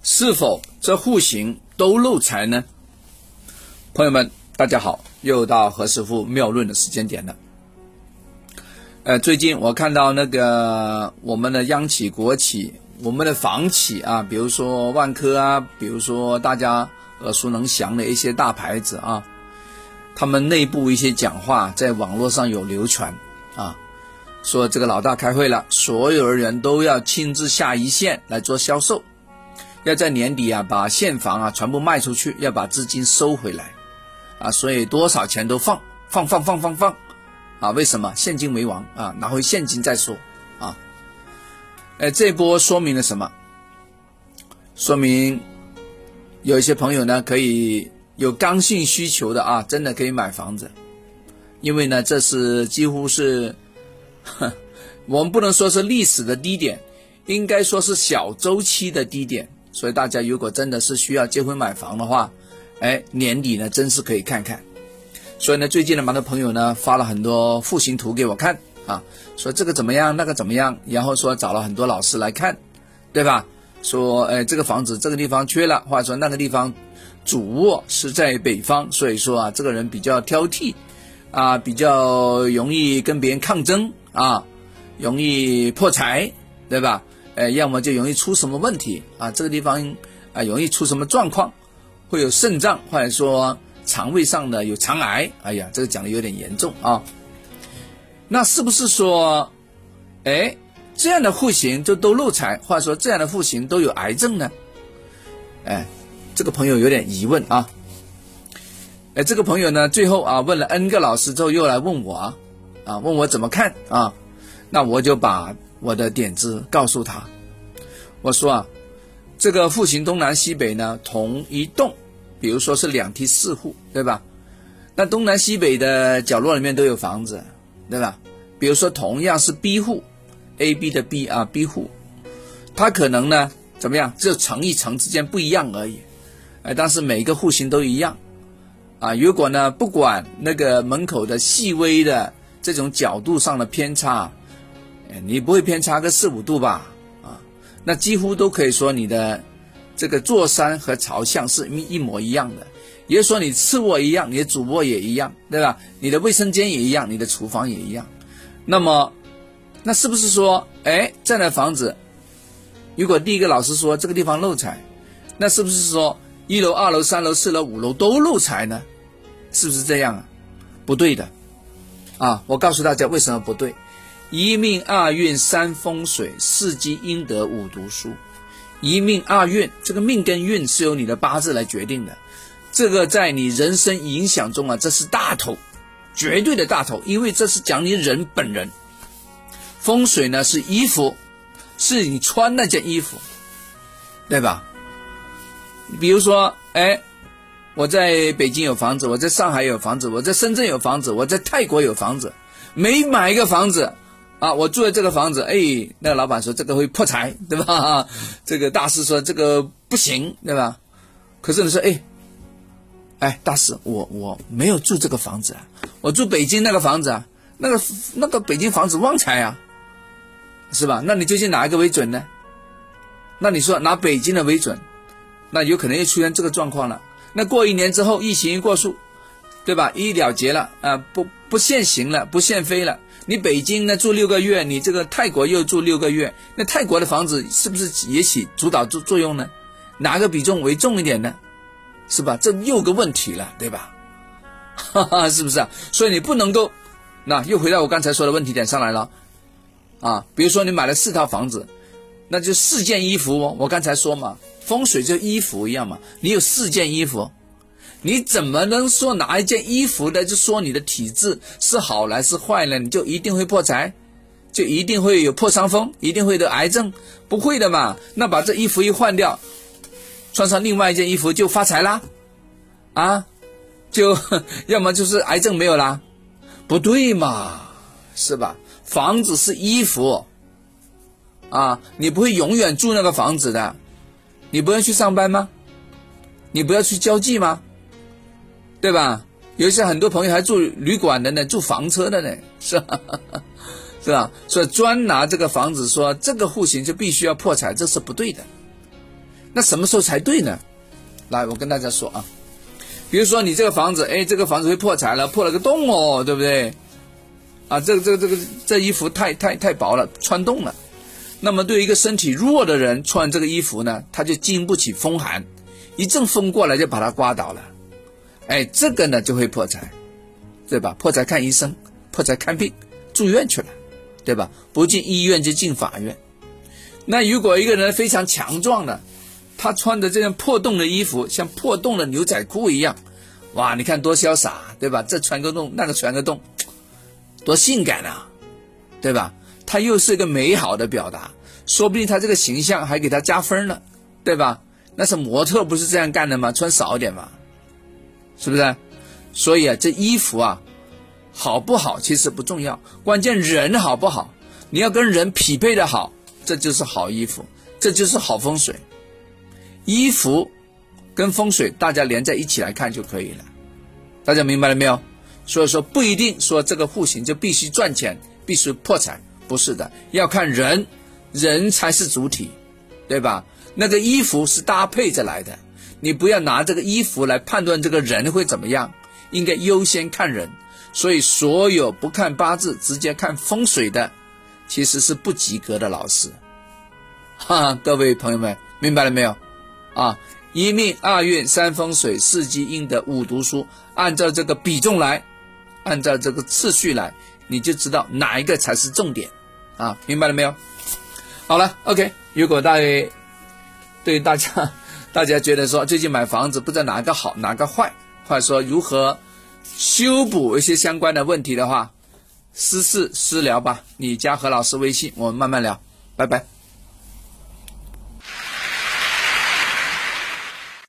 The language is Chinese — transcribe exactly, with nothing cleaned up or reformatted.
是否这户型都漏财呢？朋友们大家好，又到何师傅妙论的时间点了。呃，最近我看到那个我们的央企国企，我们的房企啊，比如说万科啊，比如说大家耳熟能详的一些大牌子啊，他们内部一些讲话在网络上有流传啊，说这个老大开会了，所有的人都要亲自下一线来做销售，要在年底啊把现房啊全部卖出去，要把资金收回来啊，所以多少钱都放放放放放放啊，为什么？现金为王啊，拿回现金再说啊。哎，这波说明了什么？说明有一些朋友呢可以有刚性需求的啊，真的可以买房子，因为呢这是几乎是我们不能说是历史的低点，应该说是小周期的低点，所以大家如果真的是需要结婚买房的话，哎，年底呢真是可以看看。所以呢最近呢蛮多朋友呢发了很多户型图给我看啊，说这个怎么样那个怎么样，然后说找了很多老师来看，对吧？说哎这个房子这个地方缺了，或者说那个地方主卧是在北方，所以说啊这个人比较挑剔啊，比较容易跟别人抗争啊，容易破财，对吧？呃，要么就容易出什么问题啊，这个地方啊容易出什么状况，会有肾脏或者说肠胃上的有肠癌，哎呀，这个讲的有点严重啊。那是不是说，哎，这样的户型就都漏财，或者说这样的户型都有癌症呢？哎，这个朋友有点疑问啊。哎，这个朋友呢，最后啊问了 N 个老师之后，又来问我啊，问我怎么看啊？那我就把我的点子告诉他，我说啊，这个户型东南西北呢，同一栋，比如说是两梯四户，对吧？那东南西北的角落里面都有房子，对吧？比如说同样是 B 户 ，A B 的 B 啊 B 户，它可能呢怎么样，只有层一层之间不一样而已，哎，但是每个户型都一样啊。如果呢不管那个门口的细微的这种角度上的偏差，你不会偏差个四五度吧？啊，那几乎都可以说你的这个坐山和朝向是一一模一样的，也就是说你次卧一样，你的主卧也一样，对吧？你的卫生间也一样，你的厨房也一样。那么，那是不是说，哎，这样的房子，如果第一个老师说这个地方漏财，那是不是说一楼、二楼、三楼、四楼、五楼都漏财呢？是不是这样啊？不对的，啊，我告诉大家为什么不对。一命二运三风水，四积阴德五读书。一命二运，这个命跟运是由你的八字来决定的，这个在你人生影响中啊，这是大头，绝对的大头，因为这是讲你人本人。风水呢是衣服，是你穿那件衣服，对吧？比如说，哎，我在北京有房子，我在上海有房子，我在深圳有房子，我在泰国有房子，每买一个房子啊，我住的这个房子，哎，那个老板说这个会破财，对吧？这个大师说这个不行，对吧？可是你说，哎，哎，大师，我我没有住这个房子啊，我住北京那个房子啊，那个那个北京房子旺财啊，是吧？那你究竟哪一个为准呢？那你说拿北京的为准，那有可能又出现这个状况了。那过一年之后，疫情一过去，对吧？一了结了啊、呃，不不限行了，不限飞了。你北京呢住六个月，你这个泰国又住六个月，那泰国的房子是不是也起主导作作用呢？哪个比重为重一点呢？是吧？这又个问题了，对吧？哈哈，是不是啊？所以你不能够，那又回到我刚才说的问题点上来了啊。比如说你买了四套房子，那就四件衣服哦。我刚才说嘛，风水就衣服一样嘛，你有四件衣服。你怎么能说拿一件衣服的就说你的体质是好还是坏呢？你就一定会破财，就一定会有破伤风，一定会得癌症？不会的嘛。那把这衣服一换掉，穿上另外一件衣服就发财啦啊，就要么就是癌症没有啦，不对嘛，是吧？房子是衣服啊，你不会永远住那个房子的，你不要去上班吗？你不要去交际吗？对吧？有一些很多朋友还住旅馆的呢，住房车的呢，是吧？是吧？所以专拿这个房子说这个户型就必须要破财，这是不对的。 那什么时候才对呢？来，我跟大家说啊，比如说你这个房子，哎，这个房子会破财了，破了个洞哦，对不对？啊，这个这个这个这衣服太太太薄了，穿洞了。那么对于一个身体弱的人穿这个衣服呢，他就经不起风寒，一阵风过来就把他刮倒了。哎，这个呢就会破财，对吧？破财看医生，破财看病，住院去了，对吧？不进医院就进法院。那如果一个人非常强壮的，他穿着这样破洞的衣服，像破洞的牛仔裤一样，哇，你看多潇洒，对吧？这穿个洞，那个穿个洞，多性感啊，对吧？他又是一个美好的表达，说不定他这个形象还给他加分了，对吧？那是模特不是这样干的吗？穿少一点嘛，是不是？所以啊，这衣服啊好不好其实不重要，关键人好不好，你要跟人匹配的好，这就是好衣服，这就是好风水。衣服跟风水大家连在一起来看就可以了，大家明白了没有？所以说不一定说这个户型就必须赚钱，必须破财，不是的，要看人，人才是主体，对吧？那个衣服是搭配着来的，你不要拿这个衣服来判断这个人会怎么样，应该优先看人。所以所有不看八字直接看风水的，其实是不及格的老师。哈哈，各位朋友们明白了没有啊？一命二运三风水四积阴德五读书，按照这个比重来，按照这个次序来，你就知道哪一个才是重点啊，明白了没有？好了 OK， 如果大家对大家大家觉得说最近买房子不知道哪个好哪个坏，或者说如何修补一些相关的问题的话，私事私聊吧，你加何老师微信，我们慢慢聊，拜拜。